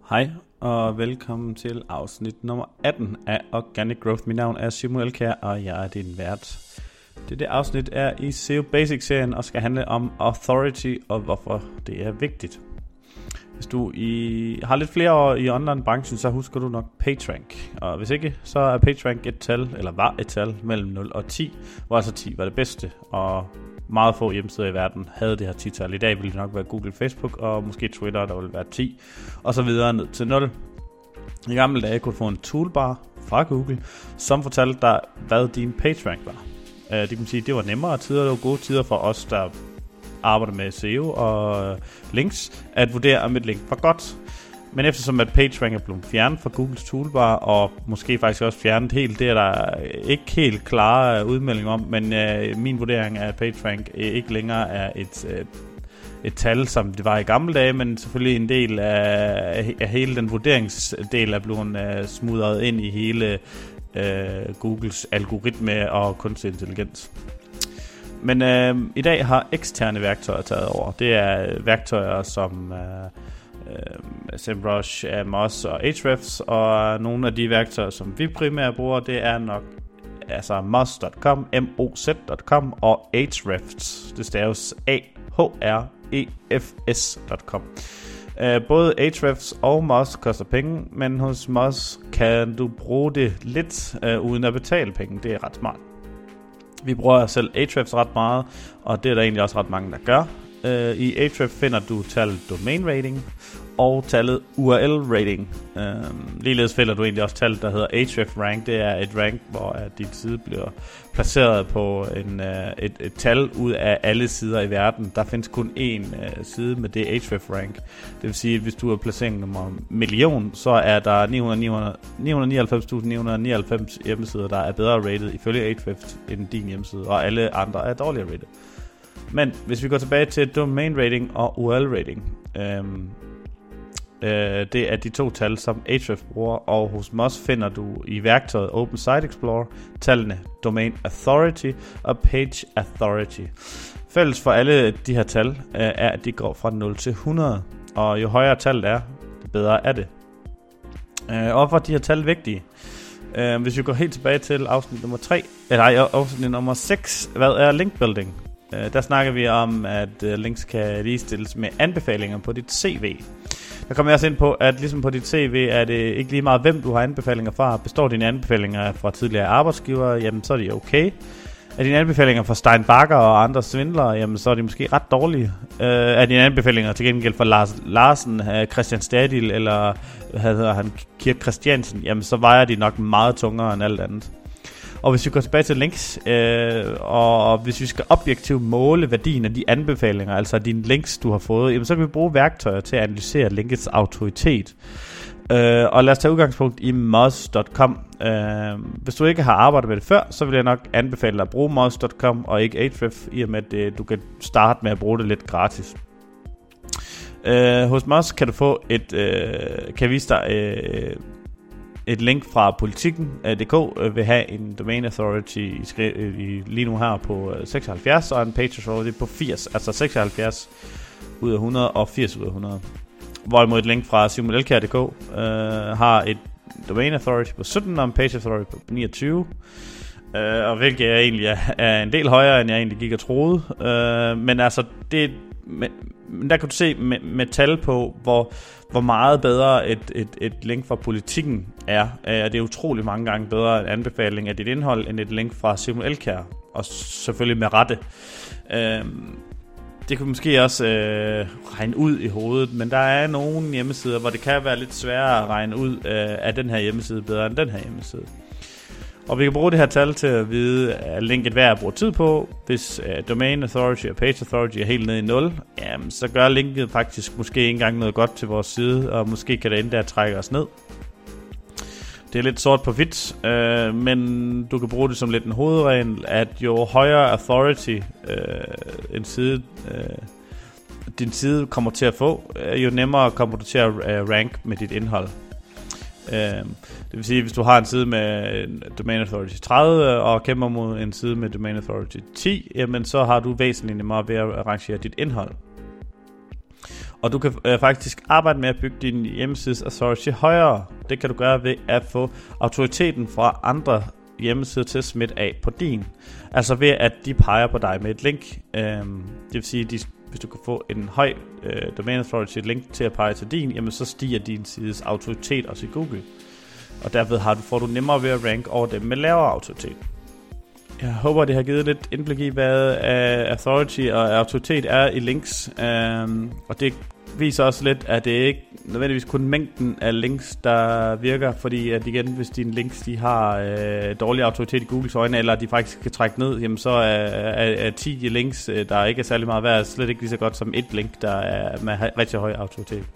Hej og velkommen til afsnit nummer 18 af Organic Growth. Mit navn er Simon Elkjær, og jeg er din vært. Dette afsnit er i SEO Basics-serien og skal handle om authority og hvorfor det er vigtigt. Hvis du har lidt flere år i online-branchen, så husker du nok PageRank. Og hvis ikke, så er PageRank et tal, eller var et tal mellem 0 og 10, hvor altså 10 var det bedste, og meget få hjemmesider i verden havde det her 10-tal. I dag ville det nok være Google, Facebook og måske Twitter, der ville være 10, og så videre ned til 0. I gamle dage kunne du få en toolbar fra Google, som fortalte dig, hvad din PageRank var. Det kan sige, det var nemmere tider, det var gode tider for os, der arbejder med SEO og links, at vurdere, om et link var godt. Men eftersom at PageRank er blevet fjernet fra Googles toolbar, og måske faktisk også fjernet helt, det er der ikke helt klare udmeldinger om, men min vurdering er, at PageRank ikke længere er et tal, som det var i gamle dage, men selvfølgelig en del af hele den vurderingsdel er blevet smudret ind i hele Googles algoritme og kunstig intelligens. Men i dag har eksterne værktøjer taget over. Det er værktøjer som SEMrush, Moz og Ahrefs, og nogle af de værktøjer, som vi primært bruger, det er nok altså Moz.com, moz.com og Ahrefs. Det staves ahrefs.com. Både Ahrefs og Moz koster penge, men hos Moz kan du bruge det lidt uden at betale penge. Det er ret smart. Vi bruger selv Ahrefs ret meget, og det er der egentlig også ret mange, der gør. I Ahrefs finder du tallet domain rating og tallet URL rating. Ligeledes finder du egentlig også tallet, der hedder Ahrefs rank. Det er et rank, hvor din side bliver placeret på et tal ud af alle sider i verden. Der findes kun én side med det Ahrefs rank. Det vil sige, at hvis du er placering nummer million, så er der 999.999 hjemmesider, der er bedre rated ifølge Ahrefs end din hjemmeside, og alle andre er dårligere rated. Men hvis vi går tilbage til domain rating og URL rating, det er de to tal, som Ahrefs bruger, og hos Moz finder du i værktøjet Open Site Explorer tallene Domain Authority og Page Authority. Fælles for alle de her tal er, at de går fra 0 til 100, og jo højere tallet er, det bedre er det. Og hvorfor er de her tal vigtige? Hvis vi går helt tilbage til afsnit nummer 6, hvad er link building? Der snakker vi om, at links kan ligestilles med anbefalinger på dit CV. Der kommer jeg også ind på, at ligesom på dit CV er det ikke lige meget, hvem du har anbefalinger fra. Består dine anbefalinger fra tidligere arbejdsgivere, jamen så er de okay. Er dine anbefalinger fra Stein Bagger og andre svindlere, jamen så er de måske ret dårlige. Er dine anbefalinger til gengæld fra Lars Larsen, Christian Stadil eller hvad hedder han, Kirk Christiansen, jamen så vejer de nok meget tungere end alt andet. Og hvis vi går tilbage til links, og hvis vi skal objektivt måle værdien af de anbefalinger, altså dine links, du har fået, jamen, så kan vi bruge værktøjer til at analysere linkets autoritet. Og lad os tage udgangspunkt i Moz.com. Hvis du ikke har arbejdet med det før, så vil jeg nok anbefale dig at bruge Moz.com og ikke Ahrefs, i og med at du kan starte med at bruge det lidt gratis. Hos Moz kan du få kan vise dig et link fra Politiken.dk vil have en domain authority lige nu her på 76 og en page authority på 80, altså 76 ud af 100 og 80 ud af 100. Hvorimod et link fra simonelkjær.dk har et domain authority på 17 og en page authority på 29. Og hvilket jeg egentlig er en del højere, end jeg egentlig gik og troede. Men altså, men der kan du se med tal på, hvor meget bedre et link fra Politiken er. Det er utrolig mange gange bedre en anbefaling af dit indhold, end et link fra Simon Elkjær. Og selvfølgelig med rette. Det kan måske også regne ud i hovedet, men der er nogle hjemmesider, hvor det kan være lidt sværere at regne ud af den her hjemmeside bedre end den her hjemmeside. Og vi kan bruge det her tal til at vide, at linket værd at bruge tid på. Hvis domain authority og page authority er helt nede i 0, jamen, så gør linket faktisk måske ikke engang noget godt til vores side, og måske kan det endda trække os ned. Det er lidt sort på hvidt, men du kan bruge det som lidt en hovedregel, at jo højere authority din side kommer til at få, jo nemmere kommer du til at rank med dit indhold. Det vil sige, hvis du har en side med Domain Authority 30 og kæmper mod en side med Domain Authority 10, jamen så har du væsentligt nemmere ved at arrangere dit indhold. Og du kan faktisk arbejde med at bygge din hjemmesides authority højere. Det kan du gøre ved at få autoriteten fra andre hjemmesider til at smitte af på din. Altså ved at de peger på dig med et link. Det vil sige, hvis du kan få en høj domain authority link til at pege til din, jamen så stiger din sides autoritet også i Google. Og derved får du nemmere ved at rank over dem med lavere autoritet. Jeg håber, det har givet lidt indblik i, hvad authority og autoritet er i links. Og det viser også lidt, at det ikke nødvendigvis kun mængden af links, der virker. Fordi at igen, hvis dine links de har dårlig autoritet i Googles øjne, eller de faktisk kan trække ned, jamen så er 10 links, der ikke er særlig meget værd, slet ikke lige så godt som et link, der er med rigtig høj autoritet.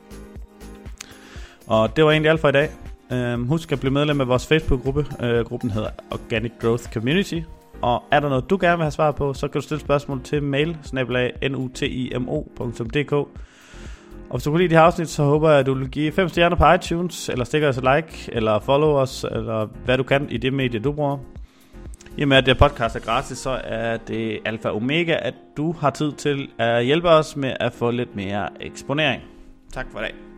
Og det var egentlig alt for i dag. Husk at blive medlem af vores Facebook-gruppe. Gruppen hedder Organic Growth Community. Og er der noget, du gerne vil have svar på, så kan du stille spørgsmål til mail@nutimo.dk. Og hvis du kunne lide det her afsnit, så håber jeg, at du vil give 5 stjerner på iTunes, eller stikker os et like, eller follow os, eller hvad du kan i det medie, du bruger. I og med, at det podcast er gratis, så er det alfa omega, at du har tid til at hjælpe os med at få lidt mere eksponering. Tak for i dag.